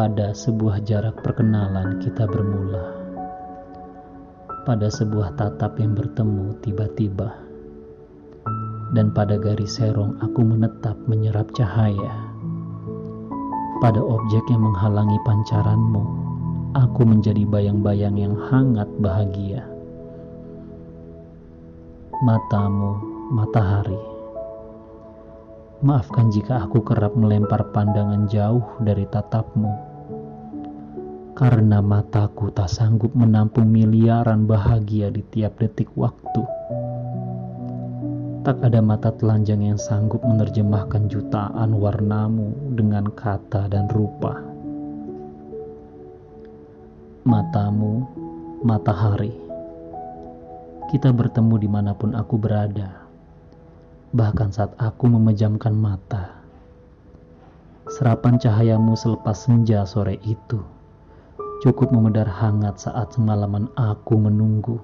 Pada sebuah jarak perkenalan kita bermula. Pada sebuah tatap yang bertemu tiba-tiba. Dan pada garis serong aku menetap menyerap cahaya. Pada objek yang menghalangi pancaranmu, aku menjadi bayang-bayang yang hangat bahagia. Matamu, matahari. Maafkan jika aku kerap melempar pandangan jauh dari tatapmu. Karena mataku tak sanggup menampung miliaran bahagia di tiap detik waktu. Tak ada mata telanjang yang sanggup menerjemahkan jutaan warnamu dengan kata dan rupa. Matamu, matahari. Kita bertemu dimanapun aku berada. Bahkan saat aku memejamkan mata. Serapan cahayamu selepas senja sore itu cukup memedar hangat saat semalaman aku menunggu.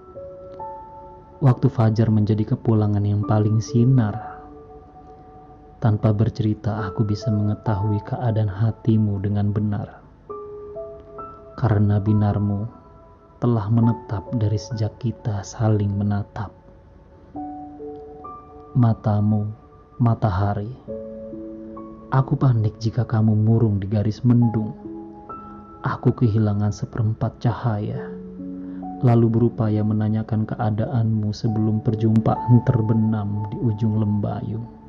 Waktu fajar menjadi kepulangan yang paling sinar. Tanpa bercerita aku bisa mengetahui keadaan hatimu dengan benar. Karena binarmu telah menetap dari sejak kita saling menatap. Matamu, matahari. Aku panik jika kamu murung di garis mendung. Aku kehilangan seperempat cahaya, lalu berupaya menanyakan keadaanmu sebelum perjumpaan terbenam di ujung lembayung.